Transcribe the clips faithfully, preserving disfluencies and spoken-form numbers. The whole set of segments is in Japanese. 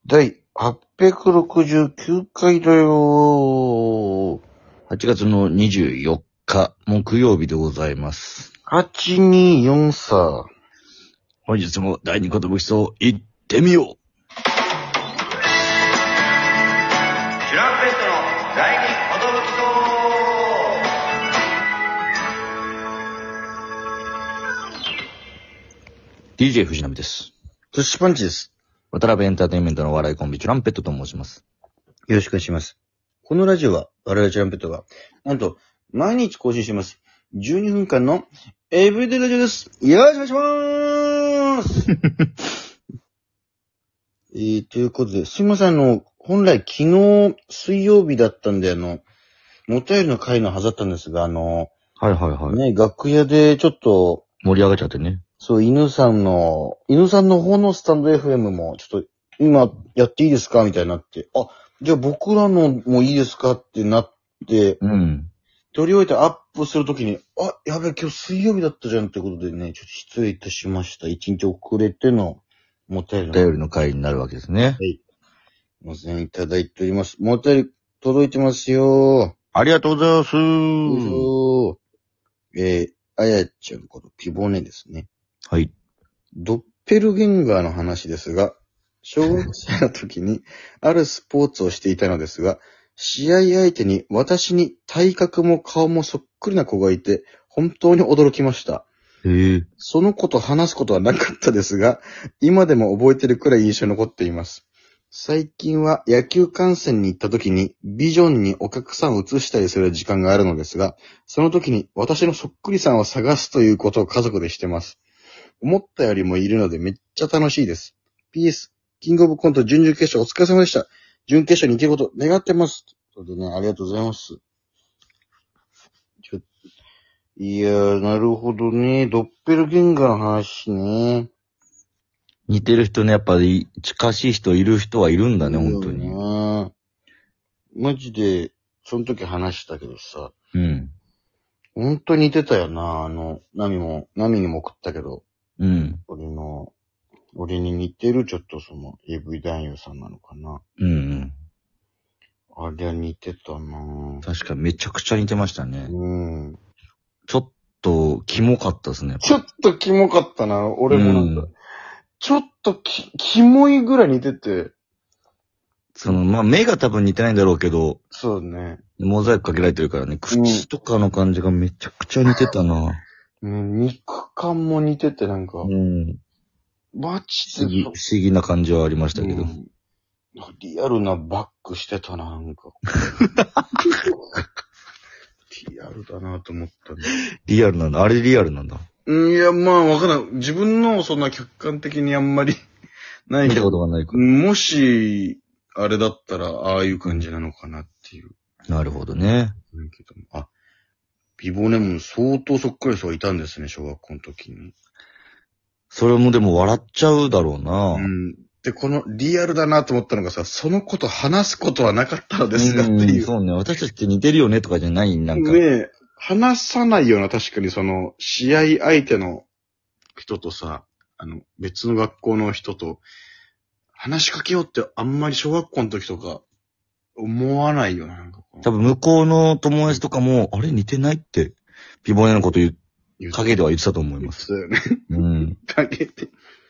第はっぴゃくろくじゅうきゅうかいだよ。 はちがつのにじゅうよっか、木曜日でございます。 はちにーよんさ。 本日も第二言武装行ってみよう。チュランペットの第二言武装。 ディージェー 藤波です。 トシパンチです。 渡辺エンターテインメントの笑いコンビチュランペットと申します。 よろしくお願いします。このラジオは、我々チュランペットが、なんと、毎日更新しています。じゅうにふんかんのエブリデイラジオです。よろしくお願いしますえー、ということで、すいません、あの、本来昨日水曜日だったんで、あの、もたよりの会のはずだったんですが、あの、 はいはいはい。 ね、楽屋でちょっと、 盛り上がっちゃってね。 そう、犬さんの、犬さんの方のスタンド エフエム も、ちょっと、今、やっていいですかみたいになって、あ、じゃあ僕らのもいいですかってなって、 うん。 取り終えてアップするときに、あ、やべえ、今日水曜日だったじゃんってことでね、ちょっと失礼いたしました。一日遅れての、もたよりの。 お便りの会になるわけですね。 はい。ごせんいただいております。もたより届いてますよ。 ありがとうございます。 よいしょー。えー、あやちゃんことピボネですね。 はい。 ドッペルゲンガーの話ですが、小学生の時にあるスポーツをしていたのですが、試合相手に私に体格も顔もそっくりな子がいて、本当に驚きました。 へえ。 その子と話すことはなかったですが、今でも覚えてるくらい印象に残っています。最近は野球観戦に行った時にビジョンにお客さんを映したりする時間があるのですが、その時に私のそっくりさんを探すということを家族でしてます。思ったよりもいるのでめっちゃ楽しいです。ピーエス、キングオブコント準々決勝お疲れ様でした。準決勝に行けること願ってます。ということでね、ありがとうございます。ちょいやー、なるほどね。ドッペルゲンガーの話ね。 似てる人ね、やっぱり近しい人いる人はいるんだね、本当に。 に。マジで、その時話したけどさ、 うん。 本当に似てたよな。あの、ナミも、ナミにも送ったけど、 うん。 俺の、俺に似てるちょっとその エーブイ 男優さんなのかな。 うんうん。 ありゃ似てたな。 確かめちゃくちゃ似てましたね。 うん。 ちょっと、キモかったですね。 ちょっとキモかったな。俺もなんか、 うん、 ちょっとき、キモいぐらい似てて。 その、まあ、目が多分似てないんだろうけど、 そうね。 モザイクかけられてるからね、口とかの感じがめちゃくちゃ似てたな。 うん、肉感も似ててなんか、 うん。 マ不思議、不ジで、 思議な感じはありましたけど。 うん、リアルなバックしてたな、なんか。リアルだなと思ったね。 リアルなんだ。あれリアルなんだ。 うん、いや、まあ、わからん。自分のそんな客観的にあんまりない見たけど、 ことがないかもし、あれだったら、ああいう感じなのかなっていう。 ら。なるほどね。 けどあ、美貌ねも相当そっくりな人がいたんですね、小学校の時に。 それもでも笑っちゃうだろうな。 うん。で、このリアルだなと思ったのがさ、その子と話すことはなかったのですがっていう。 うん、そうね。私たちって似てるよねとかじゃない、なんか。 ねえ、話さないような確かにその、試合相手の人とさ、あの、別の学校の人と、話しかけようってあんまり小学校の時とか、思わないよな、なんかこう。 多分向こうの友達とかも、あれ似てないって、ピボネのこと言う、陰では言ってたと思います。 そうよね。 うん。 かけて。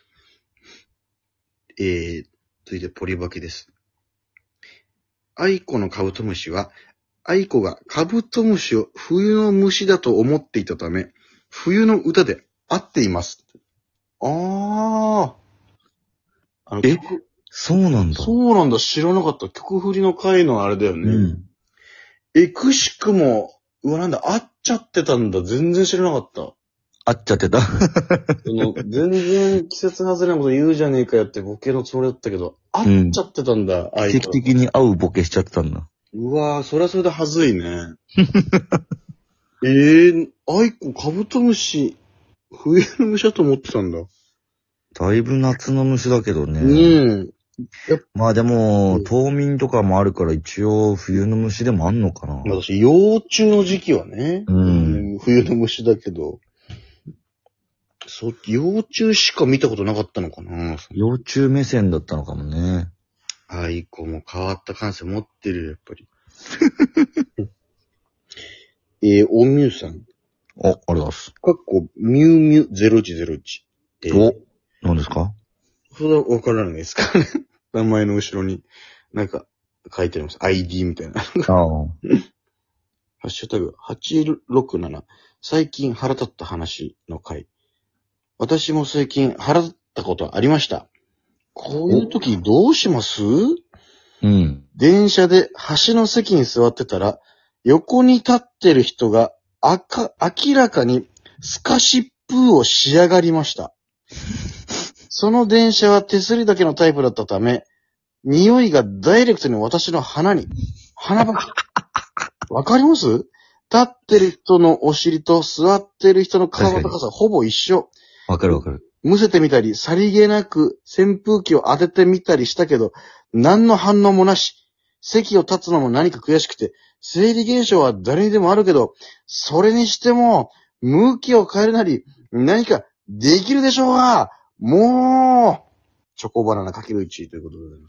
えー、続いてポリバケです。アイコのカブトムシは、アイコがカブトムシを冬の虫だと思っていたため、冬の歌で合っています。あー。あのえ曲そうなんだ。 そうなんだ、知らなかった。曲振りの回のあれだよね。 うん。 エクシクも、うわ、なんだ、合っちゃってたんだ。全然知らなかった。 合っちゃってた。 その全然季節外れなこと言うじゃねえかよってボケのつもりだったけど、合っちゃってたんだ、アイ奇跡的に合うボケしちゃってたんだ。 うわぁ、そりゃそれではずいね。えー、アイコ、カブトムシ、冬の虫だと思ってたんだ。 だいぶ夏の虫だけどね。 うん。 まあでも、 うん冬眠とかもあるから一応冬の虫でもあんのかな。 私、幼虫の時期はね、 うん冬の虫だけど、そ、幼虫しか見たことなかったのかな。 幼虫目線だったのかもね。 あいこも変わった感性持ってるよ、やっぱり。えー、おみゅさん。 あ、ありがとうございます。 かっこ、みゅうみゅうゼロいちゼロいち。えー、 お、何ですか？ それはわからないですかね。名前の後ろに、なんか、書いてあります。アイディー みたいな。 ああ。 ハッシュタグ、はちろくなな。最近腹立った話の回。私も最近腹立ったことありました。こういう時どうします？ うん。 電車で端の席に座ってたら、横に立ってる人が赤、明らかにスカシップーを仕上がりました。その電車は手すりだけのタイプだったため、匂いがダイレクトに私の鼻に、鼻ばか。わかります？立ってる人のお尻と座ってる人の顔の高さほぼ一緒。 わかるわかる。 むせてみたり、さりげなく扇風機を当ててみたりしたけど、何の反応もなし。席を立つのも何か悔しくて、生理現象は誰にでもあるけど、それにしても、向きを変えるなり、何かできるでしょうが、もう、チョコバナナかけるいちということでございます。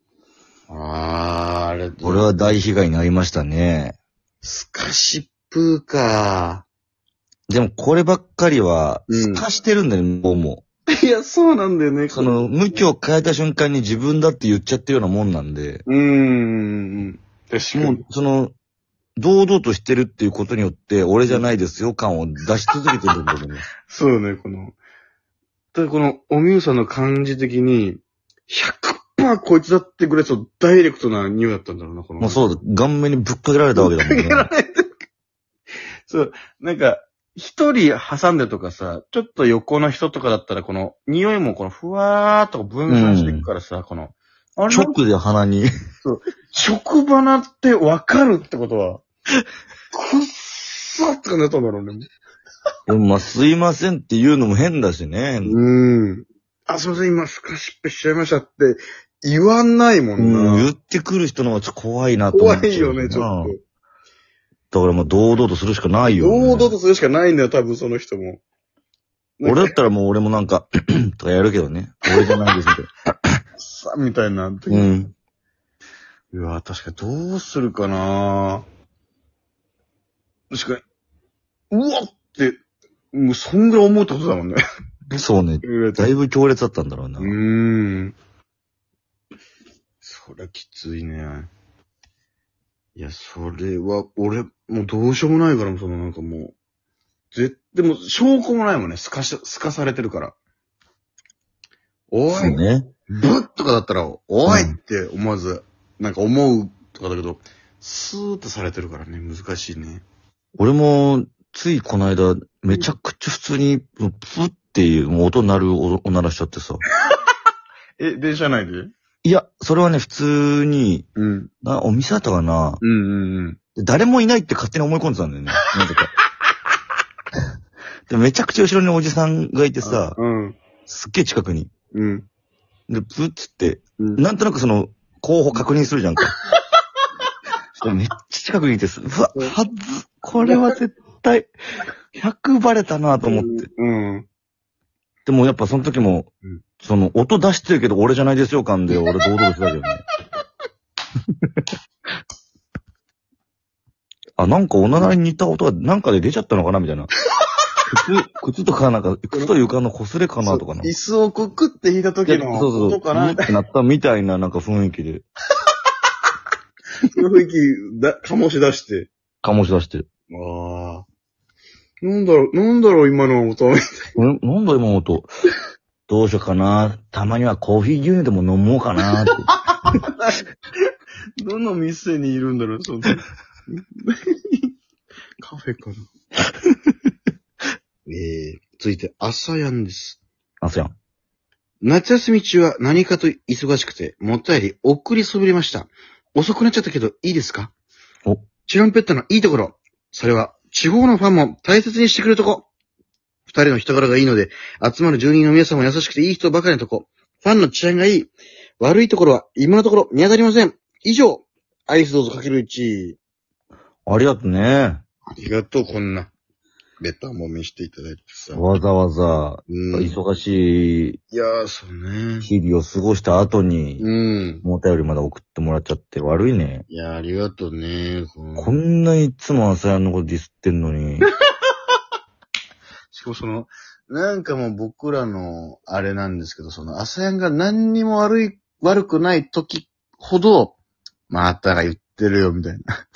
あー、あれ。 これは大被害になりましたね。 スカシップーか。 でもこればっかりは、 うん透かしてるんだよね、もうもいや、そうなんだよね。 う。その、向きを変えた瞬間に自分だって言っちゃってるようなもんなんで、 うーん。確かに。 もう、その、堂々としてるっていうことによって、俺じゃないですよ感を出し続けてるんだよね。 そうね、この、ただこの、おみゆさんの感じ的に、ひゃくパーセントこいつだってくれそう、ダイレクトな匂いだったんだろうな、この。 もうそうだ、顔面にぶっかけられたわけだもんね。 そう、なんか、一人挟んでとかさ、ちょっと横の人とかだったら、この、匂いもこの、ふわーっと分散していくからさ、うん、この、 あれ直で鼻に。 そう。直鼻ってわかるってことは、くっさーって感じだったんだろうね。 でもまあ、すいませんって言うのも変だしね。 うん。あ、すいません、今、スカシップしちゃいましたって言わないもんな。 うん、言ってくる人の方がちょっと怖いなと思って。 怖いよね、ちょっと。 だからもう堂々とするしかないよ、ね。 堂々とするしかないんだよ、多分その人も。 俺だったらもう俺もなんか、とかやるけどね。俺じゃないですけど。 さあ、みたいな。うん。うわ、確かにどうするかな。確かに。うわって、もうそんぐらい思うってことだもんね。 そうね。だいぶ強烈だったんだろうな。 うーん。そりゃきついね。いや、それは、俺、もうどうしようもないから、そのなんかもう。ぜ、でも、証拠もないもんね。すかし、すかされてるから。おい。そうね。 ブッとかだったら、おいって思わず、なんか思うとかだけど、スーッとされてるからね、難しいね。 俺も、ついこの間、めちゃくちゃ普通に、プッっていうもう音鳴るお、お鳴らしちゃってさ。 え、電車内で？ いや、それはね、普通に、 うん。 な、お店だったかな。 うんうんうん。誰もいないって勝手に思い込んでたんだよね。なぜか。でめちゃくちゃ後ろにおじさんがいてさ、 うん。 すっげえ近くに。 うん。 で、プッつって、 うん、 なんとなくその、候補確認するじゃんか。めっちゃ近くにいてす、うわ、はず、これは絶対、ひゃくバレたなと思って。 うん。うん、 でもやっぱその時も、うん、その、音出してるけど俺じゃないですよ感で、俺堂々としてたけどね。あ、なんかおならに似た音がなんかで出ちゃったのかなみたいな。靴、靴とかなんか、靴と床の擦れかなとかな。 椅子をくくって引いた時の音かなってなったみたいななんか雰囲気で。 雰囲気だ、醸し出して。 醸し出して。 ああ。なんだろう、なんだろう今の音。 え、なんだ今の音。どうしようかな。たまにはコーヒー牛乳でも飲もうかなって。 どの店にいるんだろう、その。カフェかな。えー、続いて、朝やんです。 朝やん。 夏休み中は何かと忙しくて、もったいり送りそびれました。遅くなっちゃったけど、いいですか？ お。 チュランペットのいいところ。それは、地方のファンも大切にしてくれるとこ。二人の人柄がいいので、集まる住人の皆さんも優しくていい人ばかりのとこ。ファンの治安がいい。悪いところは、今のところ見当たりません。以上。アイスどうぞかけるいち。 ありがとうね。 ありがとう、こんな。 レターも見していただいてさ。 わざわざ、 うん。 忙しいいやー、そうね。 日々を過ごした後に、 うん。 もうお便りまだ送ってもらっちゃって悪いね。 いやー、ありがとうね。このこんないつも朝やんのことディスってんのに。 しかもその、なんかもう僕らの、あれなんですけど、その、朝やんが何にも悪い、悪くない時ほど、またが言ってるよ、みたいな。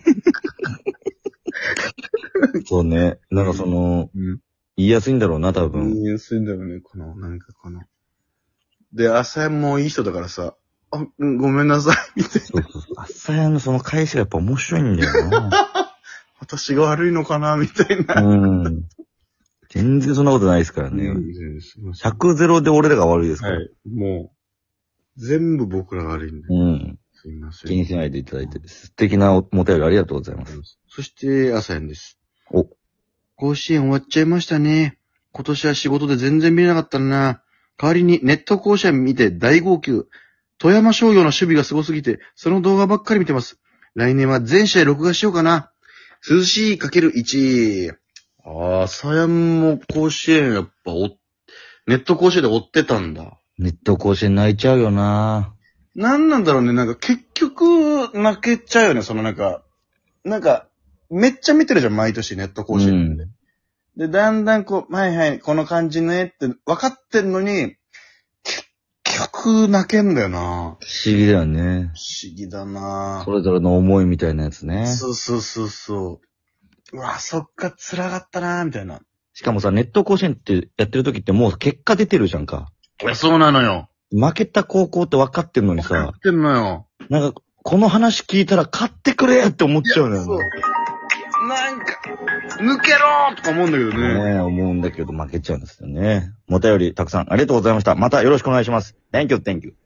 そうね。なんかその、 うん。 言いやすいんだろうな、多分。 言いやすいんだよね、この、なんかこの。で、朝やんもいい人だからさ、あ、うんごめんなさい、みたいな。 そうそうそう。朝やんのその返しがやっぱ面白いんだよな。 私が悪いのかな、みたいな。 うん。全然そんなことないですからね。 うんすいませんひゃくゼロで俺らが悪いですから。 はい。もう、全部僕らが悪いんで。 うん。 すいません。 気にしないでいただいて、素敵なおお便りありがとうございます。 そして、朝やんです。 お、 甲子園終わっちゃいましたね。今年は仕事で全然見れなかったな。代わりにネット甲子園見て大号泣。富山商業の守備がすごすぎて、その動画ばっかり見てます。来年は全試合録画しようかな。涼しいかけるいち。ああ、朝やんも甲子園やっぱお、ネット甲子園で追ってたんだ。 ネット甲子園泣いちゃうよな。 なんなんだろうね、なんか結局泣けちゃうよね、そのなんか、なんか、めっちゃ見てるじゃん、毎年ネット甲子園で。で、だんだんこう、はいはい、この感じねって分かってんのに、結局泣けんだよな。 不思議だよね。 不思議だな。 それぞれの思いみたいなやつね。 そうそうそうそう。うわ、そっか、辛かったな、みたいな。 しかもさ、ネット甲子園ってやってる時ってもう結果出てるじゃんか。 いや、そうなのよ。 負けた高校って分かってんのにさ分かっ、てんのよ。 なんか、この話聞いたら買ってくれって思っちゃうのよそうね。 なんか、抜けろーとか思うんだけどね。 ねえ、思うんだけど負けちゃうんですよね。お便りたくさんありがとうございました。またよろしくお願いします。Thank you, thank you.